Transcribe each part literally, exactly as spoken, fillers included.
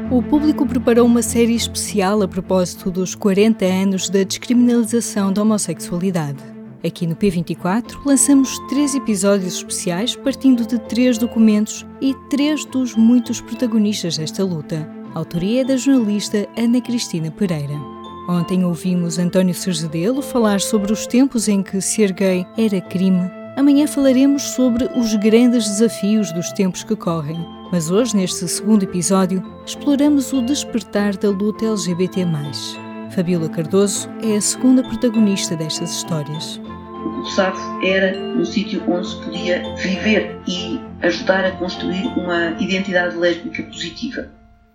O público preparou uma série especial a propósito dos quarenta anos da descriminalização da homossexualidade. Aqui no P vinte e quatro lançamos três episódios especiais partindo de três documentos e três dos muitos protagonistas desta luta. A autoria é da jornalista Ana Cristina Pereira. Ontem ouvimos António Serzedelo falar sobre os tempos em que ser gay era crime. Amanhã falaremos sobre os grandes desafios dos tempos que correm. Mas hoje, neste segundo episódio, exploramos o despertar da luta L G B T mais. Fabíola Cardoso é a segunda protagonista destas histórias. O S A F era um sítio onde se podia viver e ajudar a construir uma identidade lésbica positiva.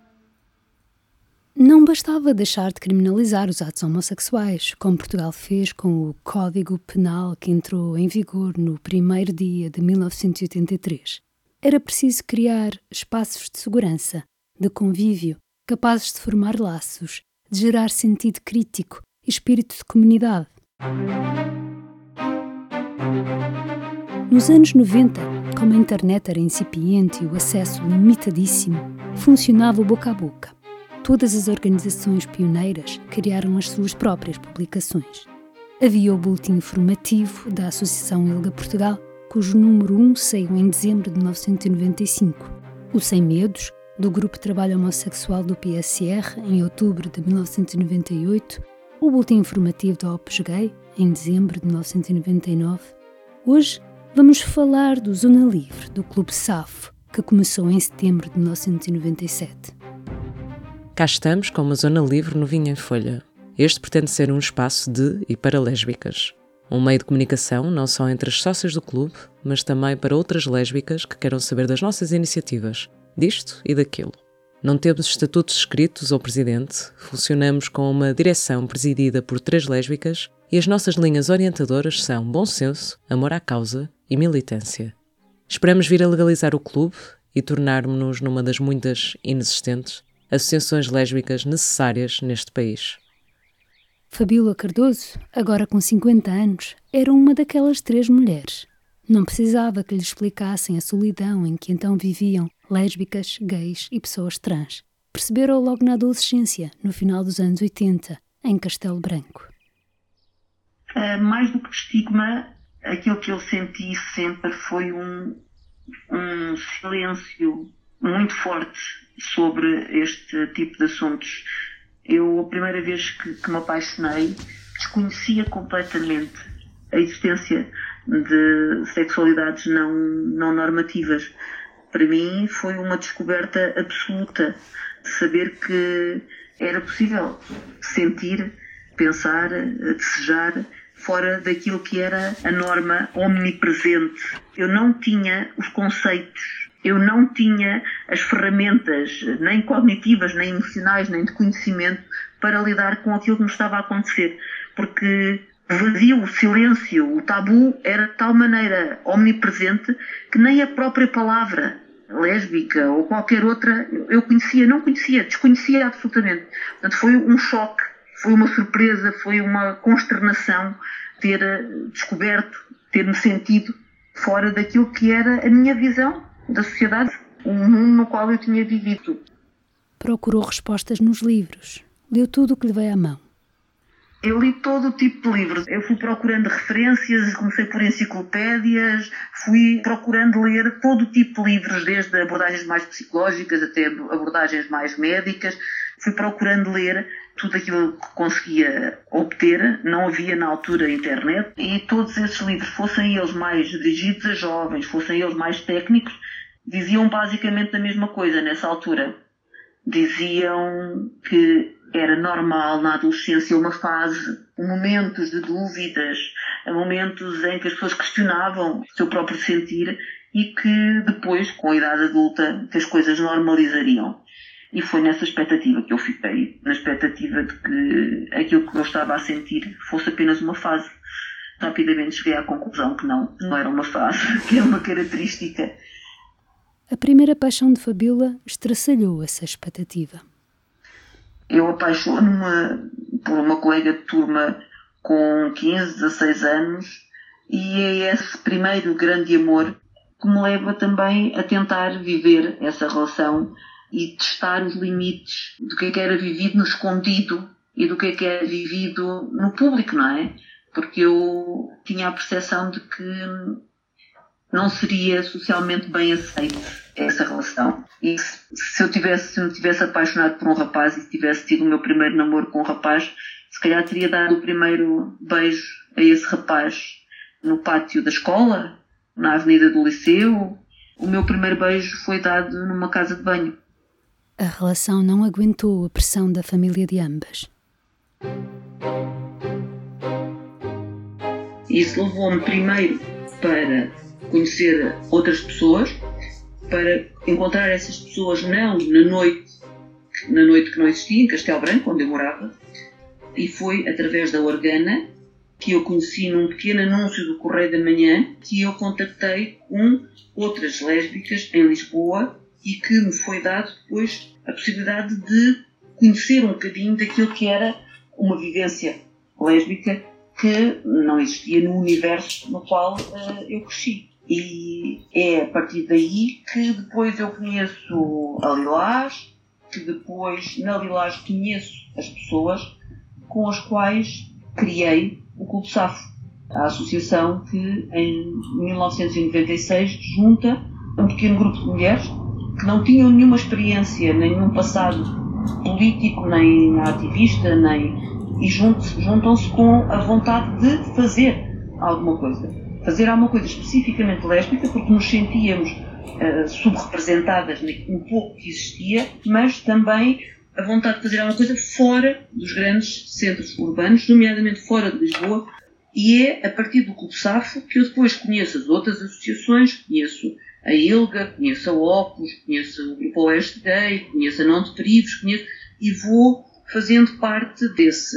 Não bastava deixar de criminalizar os atos homossexuais, como Portugal fez com o Código Penal que entrou em vigor no primeiro dia de mil novecentos e oitenta e três. Era preciso criar espaços de segurança, de convívio, capazes de formar laços, de gerar sentido crítico e espírito de comunidade. Nos anos noventa, como a internet era incipiente e o acesso limitadíssimo, funcionava o boca a boca. Todas as organizações pioneiras criaram as suas próprias publicações. Havia o boletim informativo da Associação ILGA Portugal, cujo número um saiu em dezembro de mil novecentos e noventa e cinco. O Sem Medos, do Grupo de Trabalho Homossexual do P S R, em outubro de mil novecentos e noventa e oito. O boletim informativo da Opus Gay, em dezembro de mil novecentos e noventa e nove. Hoje vamos falar do Zona Livre, do Clube S A F, que começou em setembro de mil novecentos e noventa e sete. Cá estamos com uma Zona Livre no Vinho em Folha. Este pretende ser um espaço de e para lésbicas. Um meio de comunicação não só entre as sócias do clube, mas também para outras lésbicas que queiram saber das nossas iniciativas, disto e daquilo. Não temos estatutos escritos ou presidente, funcionamos com uma direção presidida por três lésbicas e as nossas linhas orientadoras são bom senso, amor à causa e militância. Esperamos vir a legalizar o clube e tornarmos-nos numa das muitas inexistentes associações lésbicas necessárias neste país. Fabíola Cardoso, agora com cinquenta anos, era uma daquelas três mulheres. Não precisava que lhe explicassem a solidão em que então viviam lésbicas, gays e pessoas trans. Perceberam logo na adolescência, no final dos anos oitenta, em Castelo Branco. Uh, mais do que estigma, aquilo que eu senti sempre foi um, um silêncio muito forte sobre este tipo de assuntos. Eu, a primeira vez que, que me apaixonei, desconhecia completamente a existência de sexualidades não, não normativas. Para mim foi uma descoberta absoluta de saber que era possível sentir, pensar, desejar fora daquilo que era a norma omnipresente. Eu não tinha os conceitos, eu não tinha as ferramentas, nem cognitivas, nem emocionais, nem de conhecimento, para lidar com aquilo que me estava a acontecer. Porque o vazio, o silêncio, o tabu era de tal maneira omnipresente que nem a própria palavra lésbica ou qualquer outra eu conhecia, não conhecia, desconhecia absolutamente. Portanto, foi um choque, foi uma surpresa, foi uma consternação ter descoberto, ter-me sentido fora daquilo que era a minha visão da sociedade, o mundo no qual eu tinha vivido. Procurou respostas nos livros, leu tudo o que lhe veio à mão. Eu li todo o tipo de livros. Eu fui procurando referências, comecei por enciclopédias, fui procurando ler todo o tipo de livros, desde abordagens mais psicológicas até abordagens mais médicas. Fui procurando ler tudo aquilo que conseguia obter. Não havia na altura internet. E todos esses livros, fossem eles mais dirigidos a jovens, fossem eles mais técnicos, diziam basicamente a mesma coisa nessa altura. Diziam que era normal na adolescência uma fase, momentos de dúvidas, momentos em que as pessoas questionavam o seu próprio sentir e que depois, com a idade adulta, que as coisas normalizariam. E foi nessa expectativa que eu fiquei, na expectativa de que aquilo que eu estava a sentir fosse apenas uma fase. Rapidamente cheguei à conclusão que não, não era uma fase, que era uma característica. A primeira paixão de Fabíola estraçalhou essa expectativa. Eu apaixono-me por uma colega de turma com quinze, dezasseis anos e é esse primeiro grande amor que me leva também a tentar viver essa relação e testar os limites do que é que era vivido no escondido e do que é que era vivido no público, não é? Porque eu tinha a percepção de que não seria socialmente bem aceito essa relação. E se, se eu tivesse, se me tivesse apaixonado por um rapaz e se tivesse tido o meu primeiro namoro com um rapaz, se calhar teria dado o primeiro beijo a esse rapaz no pátio da escola, na avenida do liceu. O meu primeiro beijo foi dado numa casa de banho. A relação não aguentou a pressão da família de ambas. Isso levou-me primeiro para conhecer outras pessoas, para encontrar essas pessoas não na noite, na noite que não existia, em Castelo Branco, onde eu morava, e foi através da Organa que eu conheci num pequeno anúncio do Correio da Manhã que eu contactei com outras lésbicas em Lisboa e que me foi dado depois a possibilidade de conhecer um bocadinho daquilo que era uma vivência lésbica que não existia no universo no qual uh, eu cresci. E é a partir daí que depois eu conheço a Lilás, que depois na Lilás conheço as pessoas com as quais criei o Clube Safo, a associação que em mil novecentos e noventa e seis junta um pequeno grupo de mulheres que não tinham nenhuma experiência, nenhum passado político, nem ativista, nem... e juntam-se com a vontade de fazer alguma coisa. Fazer alguma coisa especificamente lésbica, porque nos sentíamos uh, subrepresentadas no pouco que existia, mas também a vontade de fazer alguma coisa fora dos grandes centros urbanos, nomeadamente fora de Lisboa, e é a partir do Clube Safo que eu depois conheço as outras associações, conheço a ILGA, conheço a Opus, conheço o Grupo Oeste Gay, conheço a Não de Perigos, conheço, e vou fazendo parte desse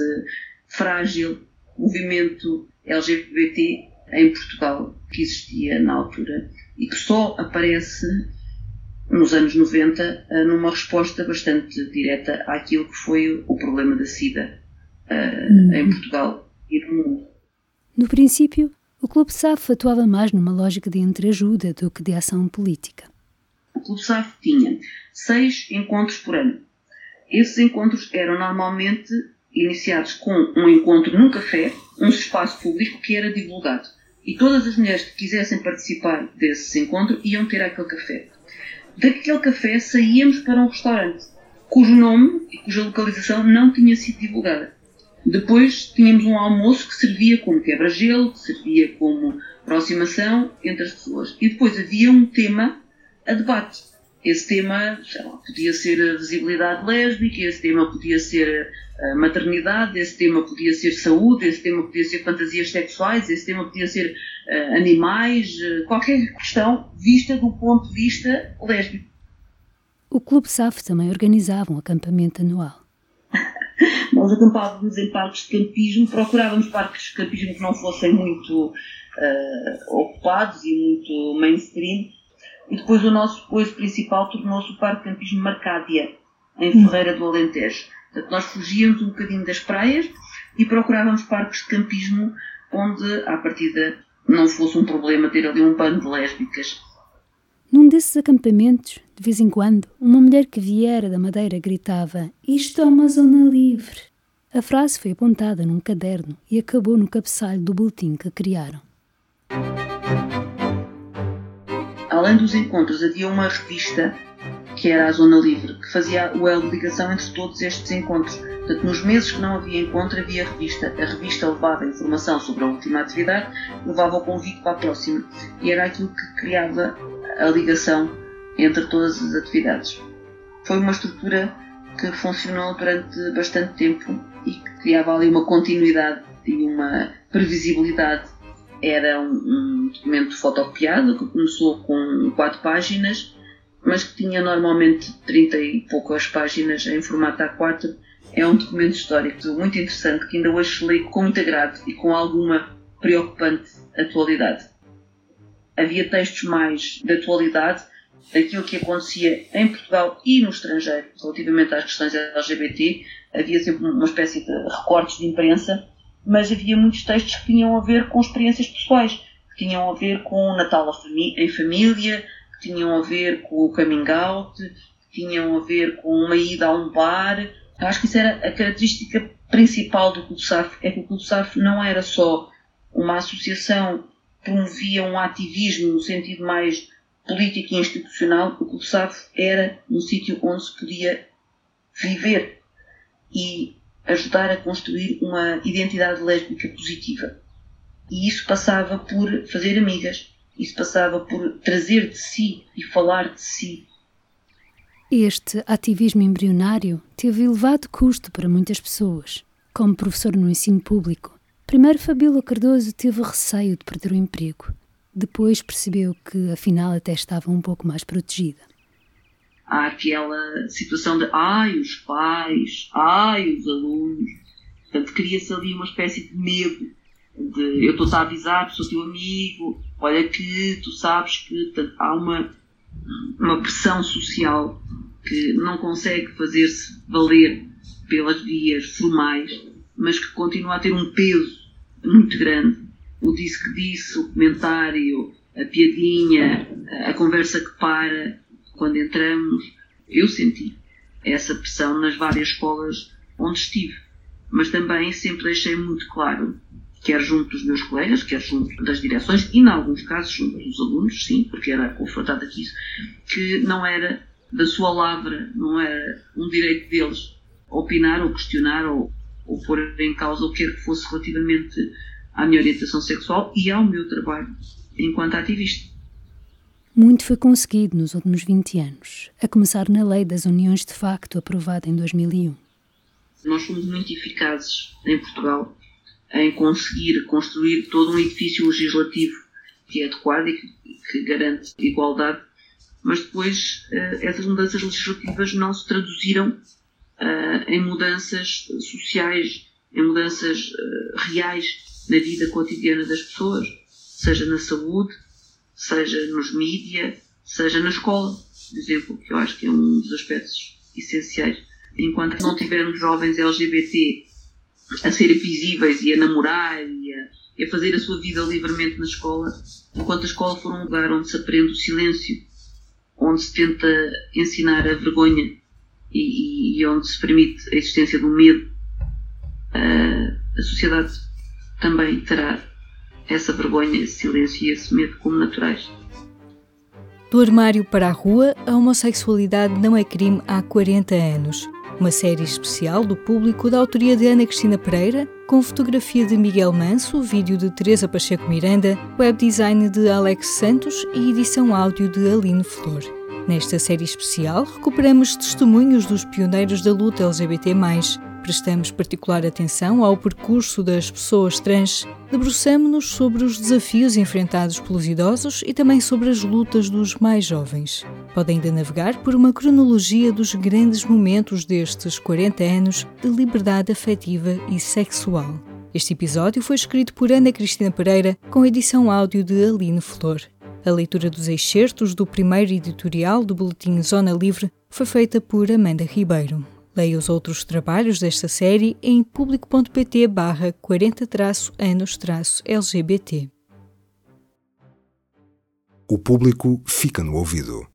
frágil movimento L G B T em Portugal que existia na altura e que só aparece nos anos noventa numa resposta bastante direta àquilo que foi o problema da SIDA uh, hum. em Portugal e no mundo. No princípio, o Clube Safo atuava mais numa lógica de entreajuda do que de ação política. O Clube Safo tinha seis encontros por ano. Esses encontros eram normalmente iniciados com um encontro num café, um espaço público que era divulgado. E todas as mulheres que quisessem participar desse encontro iam ter aquele café. Daquele café saíamos para um restaurante, cujo nome e cuja localização não tinha sido divulgada. Depois tínhamos um almoço que servia como quebra-gelo, que servia como aproximação entre as pessoas. E depois havia um tema a debate. Esse tema, sei lá, podia ser a visibilidade lésbica, esse tema podia ser a maternidade, esse tema podia ser saúde, esse tema podia ser fantasias sexuais, esse tema podia ser uh, animais, uh, qualquer questão vista do ponto de vista lésbico. O Clube Safo também organizava um acampamento anual. Nós acampávamos em parques de campismo, procurávamos parques de campismo que não fossem muito uh, ocupados e muito mainstream. E depois o nosso coiso principal tornou-se o Parque de Campismo Marcádia, em Ferreira do Alentejo. Portanto, nós fugíamos um bocadinho das praias e procurávamos parques de campismo onde, à partida, não fosse um problema ter ali um bando de lésbicas. Num desses acampamentos, de vez em quando, uma mulher que viera da Madeira gritava: "Isto é uma zona livre". A frase foi apontada num caderno e acabou no cabeçalho do boletim que criaram. Além dos encontros, havia uma revista, que era a Zona Livre, que fazia o elo de ligação entre todos estes encontros. Portanto, nos meses que não havia encontro, havia a revista. A revista levava informação sobre a última atividade, levava o convite para a próxima. E era aquilo que criava a ligação entre todas as atividades. Foi uma estrutura que funcionou durante bastante tempo e que criava ali uma continuidade e uma previsibilidade. Era um, um documento fotocopiado que começou com quatro páginas, mas que tinha normalmente trinta e poucas páginas em formato A quatro. É um documento histórico muito interessante que ainda hoje se lê com muito agrado e com alguma preocupante atualidade. Havia textos mais de atualidade, daquilo que acontecia em Portugal e no estrangeiro relativamente às questões L G B T. Havia sempre uma espécie de recortes de imprensa, mas havia muitos textos que tinham a ver com experiências pessoais, que tinham a ver com o Natal em família, que tinham a ver com o coming out, que tinham a ver com uma ida a um bar. Eu acho que isso era a característica principal do Clube SAF, é que o Clube SAF não era só uma associação que promovia um ativismo no sentido mais político e institucional. O Clube SAF era um sítio onde se podia viver e ajudar a construir uma identidade lésbica positiva. E isso passava por fazer amigas, isso passava por trazer de si e falar de si. Este ativismo embrionário teve elevado custo para muitas pessoas. Como professor no ensino público, primeiro Fabíola Cardoso teve receio de perder o emprego. Depois percebeu que, afinal, até estava um pouco mais protegida. Há aquela situação de ai, os pais, ai, os alunos. Portanto, cria-se ali uma espécie de medo de eu estou-te a avisar, sou teu amigo, olha que tu sabes que. Portanto, há uma, uma pressão social que não consegue fazer-se valer pelas vias formais, mas que continua a ter um peso muito grande. O disse que disse, o comentário, a piadinha, a conversa que para quando entramos. Eu senti essa pressão nas várias escolas onde estive, mas também sempre deixei muito claro, quer junto dos meus colegas, quer junto das direções e, em alguns casos, junto dos alunos, sim, porque era confrontada com isso, que não era da sua lavra, não era um direito deles opinar ou questionar ou, ou pôr em causa o que quer que fosse relativamente à minha orientação sexual e ao meu trabalho enquanto ativista. Muito foi conseguido nos últimos vinte anos, a começar na Lei das Uniões de Facto, aprovada em dois mil e um. Nós fomos muito eficazes em Portugal em conseguir construir todo um edifício legislativo que é adequado e que, que garante igualdade, mas depois uh, essas mudanças legislativas não se traduziram uh, em mudanças sociais, em mudanças uh, reais na vida cotidiana das pessoas, seja na saúde, seja nos mídia, seja na escola, por exemplo, que eu acho que é um dos aspectos essenciais. Enquanto não tivermos jovens L G B T a serem visíveis e a namorar e a, e a fazer a sua vida livremente na escola, enquanto a escola for um lugar onde se aprende o silêncio, onde se tenta ensinar a vergonha e, e onde se permite a existência do medo, a, a sociedade também terá essa vergonha, esse silêncio e esse medo como naturais. Do armário para a rua, a homossexualidade não é crime há quarenta anos. Uma série especial do Público da autoria de Ana Cristina Pereira, com fotografia de Miguel Manso, vídeo de Teresa Pacheco Miranda, web design de Alex Santos e edição áudio de Aline Flor. Nesta série especial, recuperamos testemunhos dos pioneiros da luta L G B T mais, prestamos particular atenção ao percurso das pessoas trans, debruçamo-nos sobre os desafios enfrentados pelos idosos e também sobre as lutas dos mais jovens. Podem ainda navegar por uma cronologia dos grandes momentos destes quarenta anos de liberdade afetiva e sexual. Este episódio foi escrito por Ana Cristina Pereira, com edição áudio de Aline Flor. A leitura dos excertos do primeiro editorial do boletim Zona Livre foi feita por Amanda Ribeiro. Leia os outros trabalhos desta série em público.pt barra quarenta anos L G B T. O público fica no ouvido.